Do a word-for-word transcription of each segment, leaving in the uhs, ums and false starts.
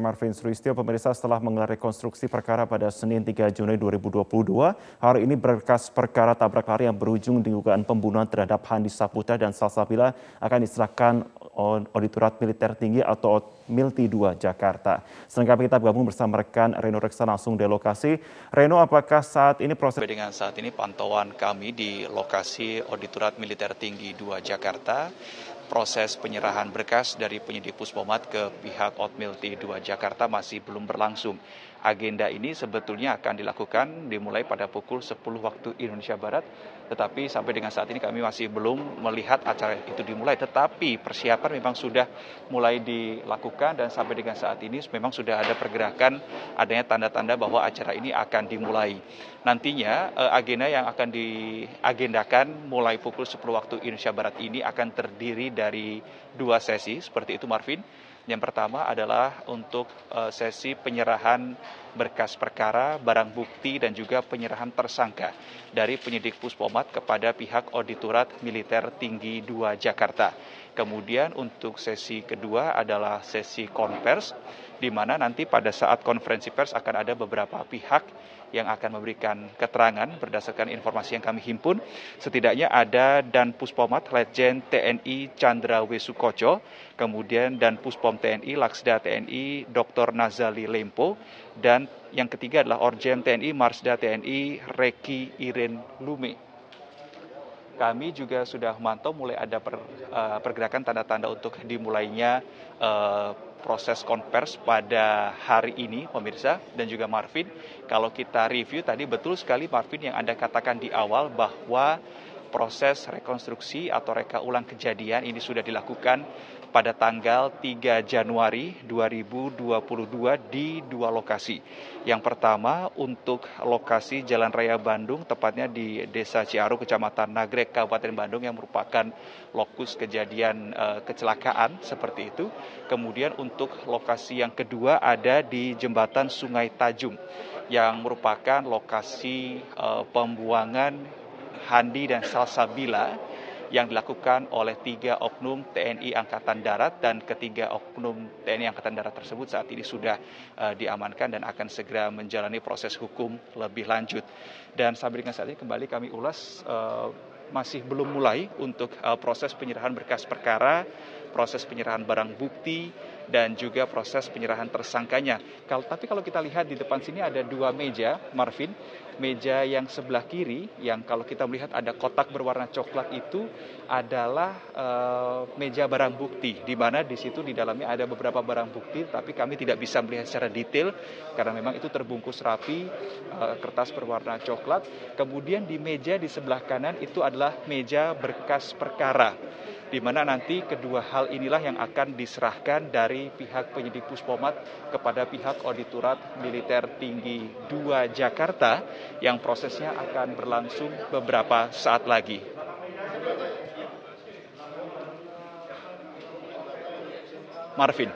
Marvin Sulistyo. Pemirsa, setelah menggelar rekonstruksi perkara pada Senin tiga Juni dua ribu dua puluh dua, hari ini berkas perkara tabrak lari yang berujung di dugaan pembunuhan terhadap Handi Saputra dan Salsabila akan diserahkan Auditorat Militer Tinggi atau Milti dua Jakarta. Selengkapnya kita bergabung bersama rekan Reno Reksa langsung di lokasi. Reno, apakah saat ini proses... Dengan saat ini pantauan kami di lokasi Auditorat Militer Tinggi dua Jakarta, proses penyerahan berkas dari penyidik Puspomat ke pihak Milti dua Jakarta masih belum berlangsung. Agenda ini sebetulnya akan dilakukan dimulai pada pukul sepuluh waktu Indonesia Barat, tetapi sampai dengan saat ini kami masih belum melihat acara itu dimulai. Tetapi persiapan memang sudah mulai dilakukan dan sampai dengan saat ini memang sudah ada pergerakan, adanya tanda-tanda bahwa acara ini akan dimulai. Nantinya agenda yang akan diagendakan mulai pukul sepuluh waktu Indonesia Barat ini akan terdiri dari dua sesi, seperti itu Marvin. Yang pertama adalah untuk uh, sesi penyerahan berkas perkara, barang bukti, dan juga penyerahan tersangka dari penyidik Puspomat kepada pihak Auditorat Militer Tinggi dua Jakarta. Kemudian untuk sesi kedua adalah sesi konvers, di mana nanti pada saat konferensi pers akan ada beberapa pihak yang akan memberikan keterangan berdasarkan informasi yang kami himpun. Setidaknya ada Dan Puspomat Letjen T N I Chandra Wesukoco, kemudian Dan Puspom T N I Laksda T N I Doktor Nazali Lempo, dan yang ketiga adalah Orjem T N I Marsda T N I Reki Iren Lume. Kami juga sudah memantau mulai ada per, uh, pergerakan tanda-tanda untuk dimulainya uh, proses konvers pada hari ini, pemirsa dan juga Marvin. Kalau kita review tadi betul sekali Marvin yang Anda katakan di awal bahwa proses rekonstruksi atau reka ulang kejadian ini sudah dilakukan pada tanggal tiga Januari dua ribu dua puluh dua di dua lokasi. Yang pertama untuk lokasi Jalan Raya Bandung, tepatnya di Desa Ciaru, Kecamatan Nagrek, Kabupaten Bandung, yang merupakan lokus kejadian e, kecelakaan seperti itu. Kemudian untuk lokasi yang kedua ada di Jembatan Sungai Tajung, yang merupakan lokasi e, pembuangan Handi dan Salsabila yang dilakukan oleh tiga oknum T N I Angkatan Darat, dan ketiga oknum T N I Angkatan Darat tersebut saat ini sudah uh, diamankan dan akan segera menjalani proses hukum lebih lanjut. Dan sampai dengan saat ini kembali kami ulas, uh, masih belum mulai untuk uh, proses penyerahan berkas perkara, proses penyerahan barang bukti, dan juga proses penyerahan tersangkanya. Kalau, tapi kalau kita lihat di depan sini ada dua meja, Marvin. Meja yang sebelah kiri, yang kalau kita melihat ada kotak berwarna coklat, itu adalah uh, meja barang bukti, di mana di situ di dalamnya ada beberapa barang bukti, tapi kami tidak bisa melihat secara detail karena memang itu terbungkus rapi, uh, kertas berwarna coklat. Kemudian di meja di sebelah kanan itu adalah meja berkas perkara, di mana nanti kedua hal inilah yang akan diserahkan dari pihak penyidik Puspomat kepada pihak Auditorat Militer Tinggi dua Jakarta, yang prosesnya akan berlangsung beberapa saat lagi. Marvin.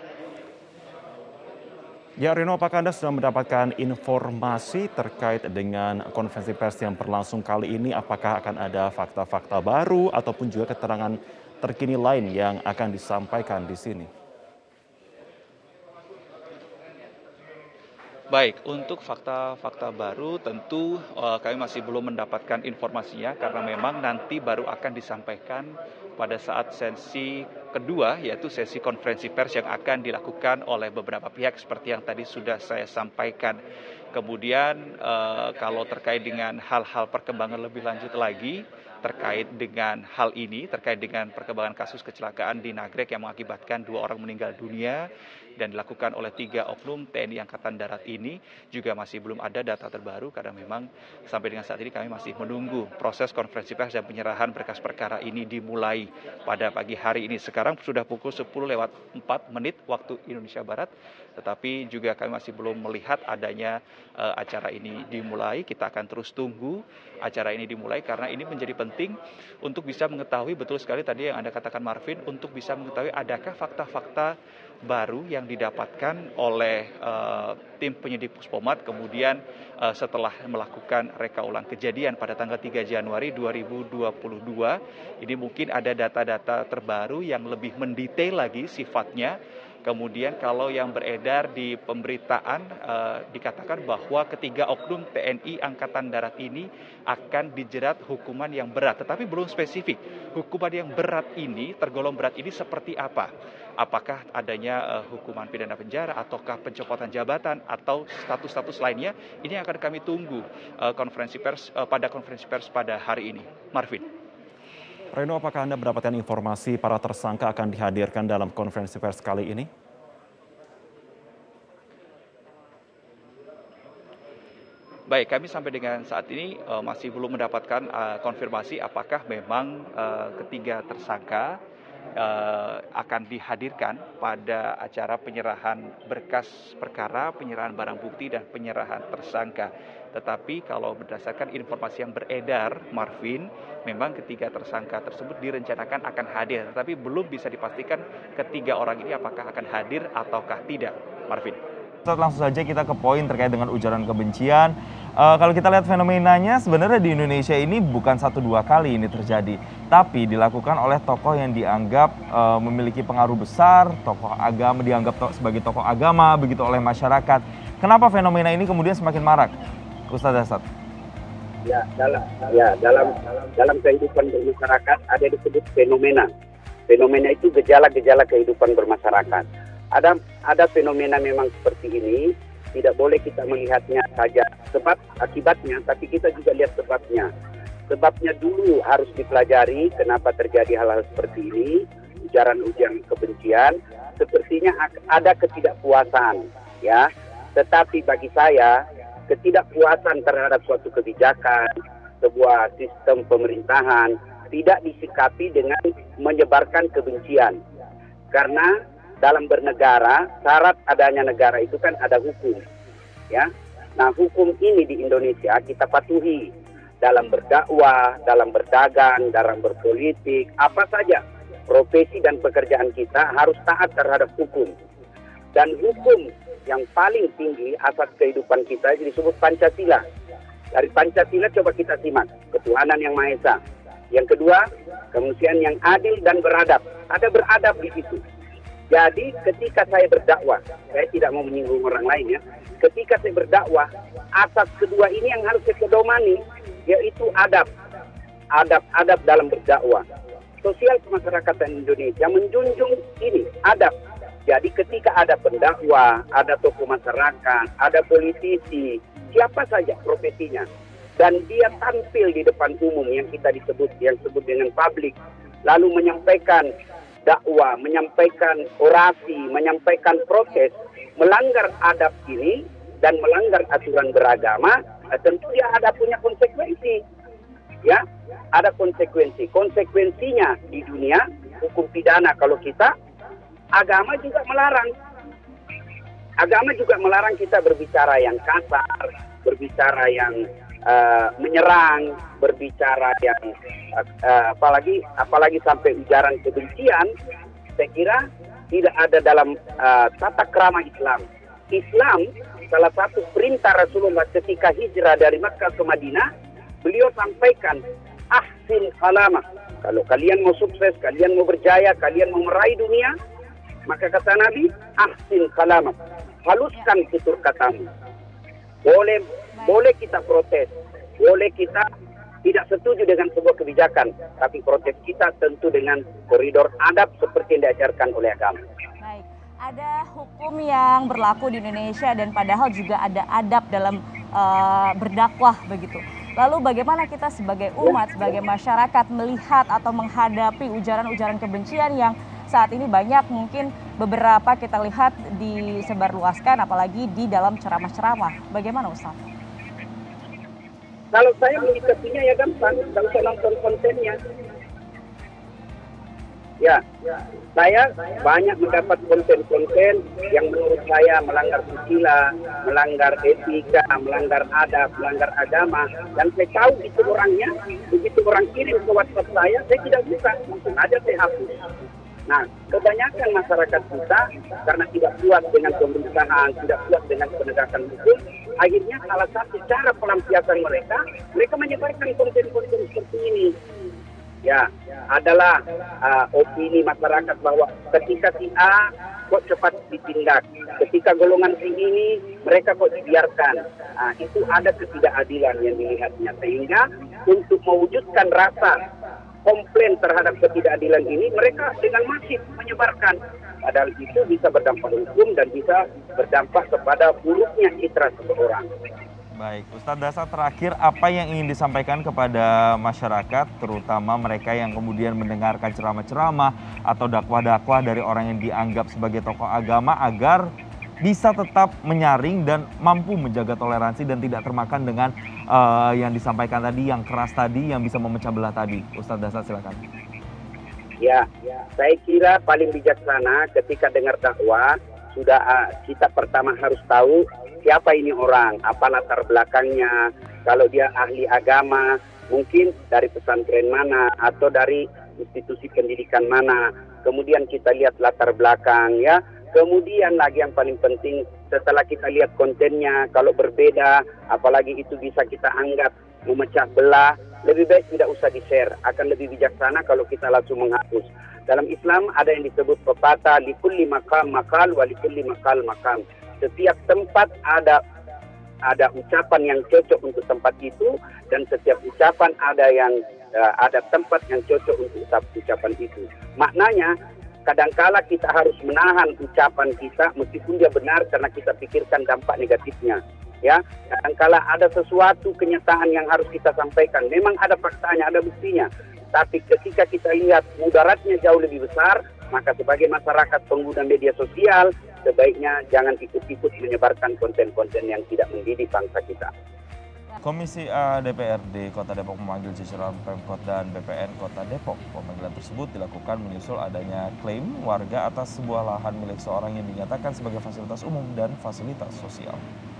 Ya, Reno, apakah Anda sudah mendapatkan informasi terkait dengan konferensi pers yang berlangsung kali ini? Apakah akan ada fakta-fakta baru ataupun juga keterangan terkini lain yang akan disampaikan di sini? Baik, untuk fakta-fakta baru tentu uh, kami masih belum mendapatkan informasinya, karena memang nanti baru akan disampaikan pada saat sesi kedua, yaitu sesi konferensi pers yang akan dilakukan oleh beberapa pihak seperti yang tadi sudah saya sampaikan. Kemudian uh, kalau terkait dengan hal-hal perkembangan lebih lanjut lagi terkait dengan hal ini, terkait dengan perkembangan kasus kecelakaan di Nagrek yang mengakibatkan dua orang meninggal dunia dan dilakukan oleh tiga oknum T N I Angkatan Darat ini, juga masih belum ada data terbaru, karena memang sampai dengan saat ini kami masih menunggu proses konferensi pers dan penyerahan berkas perkara ini dimulai pada pagi hari ini. Sekarang sudah pukul sepuluh lewat empat menit waktu Indonesia Barat, tetapi juga kami masih belum melihat adanya uh, acara ini dimulai. Kita akan terus tunggu acara ini dimulai, karena ini menjadi penting untuk bisa mengetahui betul sekali tadi yang Anda katakan Marvin, untuk bisa mengetahui adakah fakta-fakta baru yang didapatkan oleh uh, tim penyidik Puspomat kemudian uh, setelah melakukan reka ulang kejadian pada tanggal tiga Januari dua ribu dua puluh dua. Ini mungkin ada data-data terbaru yang lebih mendetail lagi sifatnya, Kemudian kalau yang beredar di pemberitaan eh, dikatakan bahwa ketiga oknum T N I Angkatan Darat ini akan dijerat hukuman yang berat, tetapi belum spesifik. Hukuman yang berat ini, tergolong berat ini seperti apa? Apakah adanya uh, hukuman pidana penjara ataukah pencopotan jabatan atau status-status lainnya? Ini akan kami tunggu uh, konferensi pers uh, pada konferensi pers pada hari ini. Marvin. Reno, apakah Anda mendapatkan informasi para tersangka akan dihadirkan dalam konferensi pers kali ini? Baik, kami sampai dengan saat ini uh, masih belum mendapatkan uh, konfirmasi apakah memang uh, ketiga tersangka uh, akan dihadirkan pada acara penyerahan berkas perkara, penyerahan barang bukti, dan penyerahan tersangka. Tetapi kalau berdasarkan informasi yang beredar, Marvin, memang ketiga tersangka tersebut direncanakan akan hadir. Tetapi belum bisa dipastikan ketiga orang ini apakah akan hadir ataukah tidak, Marvin. Langsung saja kita ke poin terkait dengan ujaran kebencian. Uh, kalau kita lihat fenomenanya sebenarnya di Indonesia ini bukan satu dua kali ini terjadi. Tapi dilakukan oleh tokoh yang dianggap uh, memiliki pengaruh besar, tokoh agama dianggap to sebagai tokoh agama begitu oleh masyarakat. Kenapa fenomena ini kemudian semakin marak? Ustaz Dasat. Ya, dalam ya dalam dalam kehidupan bermasyarakat ada disebut fenomena. Fenomena itu gejala-gejala kehidupan bermasyarakat. Ada ada fenomena memang seperti ini, tidak boleh kita melihatnya saja sebab akibatnya, tapi kita juga lihat sebabnya. Sebabnya dulu harus dipelajari kenapa terjadi hal-hal seperti ini, ujaran-ujaran kebencian, sepertinya ada ketidakpuasan, ya. Tetapi bagi saya, ketidakpuasan terhadap suatu kebijakan, sebuah sistem pemerintahan tidak disikapi dengan menyebarkan kebencian. Karena dalam bernegara, syarat adanya negara itu kan ada hukum, ya. Nah, hukum ini di Indonesia kita patuhi dalam berdakwah, dalam berdagang, dalam berpolitik, apa saja profesi dan pekerjaan kita harus taat terhadap hukum. Dan hukum yang paling tinggi asas kehidupan kita disebut Pancasila. Dari Pancasila coba kita simak, ketuhanan yang Maha Esa. Yang kedua, kemanusiaan yang adil dan beradab. Ada beradab di situ. Jadi ketika saya berdakwah, saya tidak mau menyinggung orang lain ya. Ketika saya berdakwah, asas kedua ini yang harus saya pedomani, yaitu adab. Adab-adab dalam berdakwah. Sosial kemasyarakatan Indonesia menjunjung ini, adab. Jadi ketika ada pendakwah, ada tokoh masyarakat, ada politisi, siapa saja profesinya, dan dia tampil di depan umum yang kita disebut, yang disebut dengan publik, lalu menyampaikan dakwah, menyampaikan orasi, menyampaikan protes, melanggar adab ini dan melanggar aturan beragama, tentu dia ada punya konsekuensi, ya, ada konsekuensi. Konsekuensinya di dunia hukum pidana kalau kita, agama juga melarang. Agama juga melarang kita berbicara yang kasar, berbicara yang uh, menyerang, berbicara yang uh, apalagi apalagi sampai ujaran kebencian. Saya kira tidak ada dalam uh, tata krama Islam. Islam salah satu perintah Rasulullah ketika hijrah dari Makkah ke Madinah, beliau sampaikan ahsin kalamak. Kalau kalian mau sukses, kalian mau berjaya, kalian mau meraih dunia, maka kata Nabi, ahsin kalamak, haluskan tutur katamu. Boleh, boleh kita protes, boleh kita tidak setuju dengan sebuah kebijakan, tapi protes kita tentu dengan koridor adab seperti yang diajarkan oleh agama. Baik, ada hukum yang berlaku di Indonesia dan padahal juga ada adab dalam uh, berdakwah begitu. Lalu bagaimana kita sebagai umat, sebagai masyarakat melihat atau menghadapi ujaran-ujaran kebencian yang saat ini banyak mungkin beberapa kita lihat disebarluaskan apalagi di dalam ceramah-ceramah. Bagaimana Ustaz? Kalau saya menyikapinya ya gampang, tidak usah nonton kontennya. Ya, saya banyak mendapat konten-konten yang menurut saya melanggar susila, melanggar etika, melanggar adab, melanggar agama. Dan saya tahu itu orangnya, begitu orang kirim ke WhatsApp saya, saya tidak bisa, langsung aja saya hapus. Nah, kebanyakan masyarakat kita karena tidak puas dengan pemerintahan, tidak puas dengan penegakan hukum, akhirnya salah satu cara pelampiasan mereka, mereka menyebarkan konten-konten seperti ini. Ya, adalah uh, opini masyarakat bahwa ketika si A kok cepat ditindak. Ketika golongan tinggi ini mereka kok dibiarkan. Nah, itu ada ketidakadilan yang dilihatnya. Sehingga untuk mewujudkan rasa komplain terhadap ketidakadilan ini, mereka dengan masif menyebarkan. Padahal itu bisa berdampak hukum dan bisa berdampak kepada buruknya citra seseorang. Baik, Ustadz Dasar, terakhir apa yang ingin disampaikan kepada masyarakat, terutama mereka yang kemudian mendengarkan ceramah-ceramah atau dakwah-dakwah dari orang yang dianggap sebagai tokoh agama agar bisa tetap menyaring dan mampu menjaga toleransi dan tidak termakan dengan uh, yang disampaikan tadi, yang keras tadi, yang bisa memecah belah tadi. Ustadz Dasar, silakan. Ya, saya kira paling bijaksana ketika dengar dakwah, sudah uh, kita pertama harus tahu siapa ini orang, apa latar belakangnya. Kalau dia ahli agama, mungkin dari pesantren mana atau dari institusi pendidikan mana. Kemudian kita lihat latar belakang ya. Kemudian lagi yang paling penting, setelah kita lihat kontennya, kalau berbeda, apalagi itu bisa kita anggap memecah belah, lebih baik tidak usah di-share. Akan lebih bijaksana kalau kita langsung menghapus. Dalam Islam ada yang disebut pepatah, likulli maqam maqal wa likulli maqal maqam. Setiap tempat ada ada ucapan yang cocok untuk tempat itu, dan setiap ucapan ada yang uh, ada tempat yang cocok untuk ucapan itu. Maknanya kadangkala kita harus menahan ucapan kita meskipun dia benar karena kita pikirkan dampak negatifnya. Ya, kadangkala ada sesuatu kenyataan yang harus kita sampaikan. Memang ada faktanya, ada buktinya. Tapi ketika kita lihat mudaratnya jauh lebih besar, maka sebagai masyarakat pengguna media sosial, sebaiknya jangan ikut-ikut menyebarkan konten-konten yang tidak mendidik bangsa kita. Komisi A D P R D Kota Depok memanggil jajaran Pemkot dan B P N Kota Depok. Pemanggilan tersebut dilakukan menyusul adanya klaim warga atas sebuah lahan milik seorang yang dinyatakan sebagai fasilitas umum dan fasilitas sosial.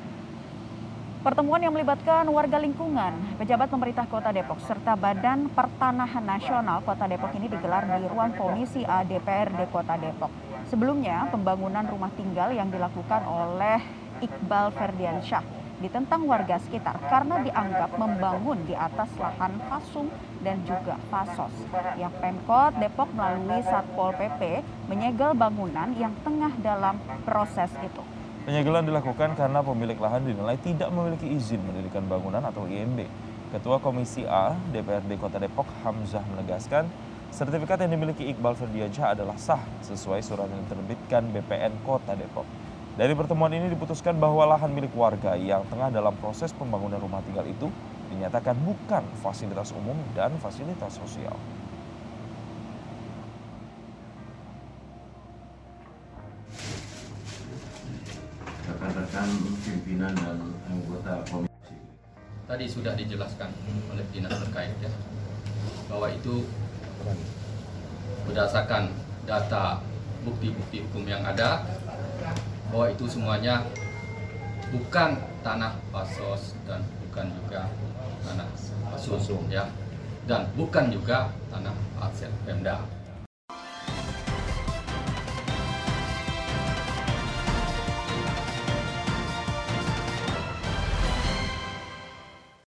Pertemuan yang melibatkan warga lingkungan, pejabat pemerintah Kota Depok, serta Badan Pertanahan Nasional Kota Depok ini digelar di ruang Komisi A D P R D Kota Depok. Sebelumnya, pembangunan rumah tinggal yang dilakukan oleh Iqbal Ferdiansyah ditentang warga sekitar karena dianggap membangun di atas lahan fasum dan juga fasos. Yang Pemkot Depok melalui Satpol P P menyegel bangunan yang tengah dalam proses itu. Penyegelan dilakukan karena pemilik lahan dinilai tidak memiliki izin mendirikan bangunan atau I M B. Ketua Komisi A D P R D Kota Depok, Hamzah, menegaskan sertifikat yang dimiliki Iqbal Ferdiansyah adalah sah sesuai surat yang diterbitkan B P N Kota Depok. Dari pertemuan ini diputuskan bahwa lahan milik warga yang tengah dalam proses pembangunan rumah tinggal itu dinyatakan bukan fasilitas umum dan fasilitas sosial. Rekan-rekan pimpinan dan anggota komisi. Tadi sudah dijelaskan oleh dinas terkait ya, bahwa itu berdasarkan data bukti-bukti hukum yang ada, bahwa itu semuanya bukan tanah fasos dan bukan juga tanah fasum ya, dan bukan juga tanah aset Pemda.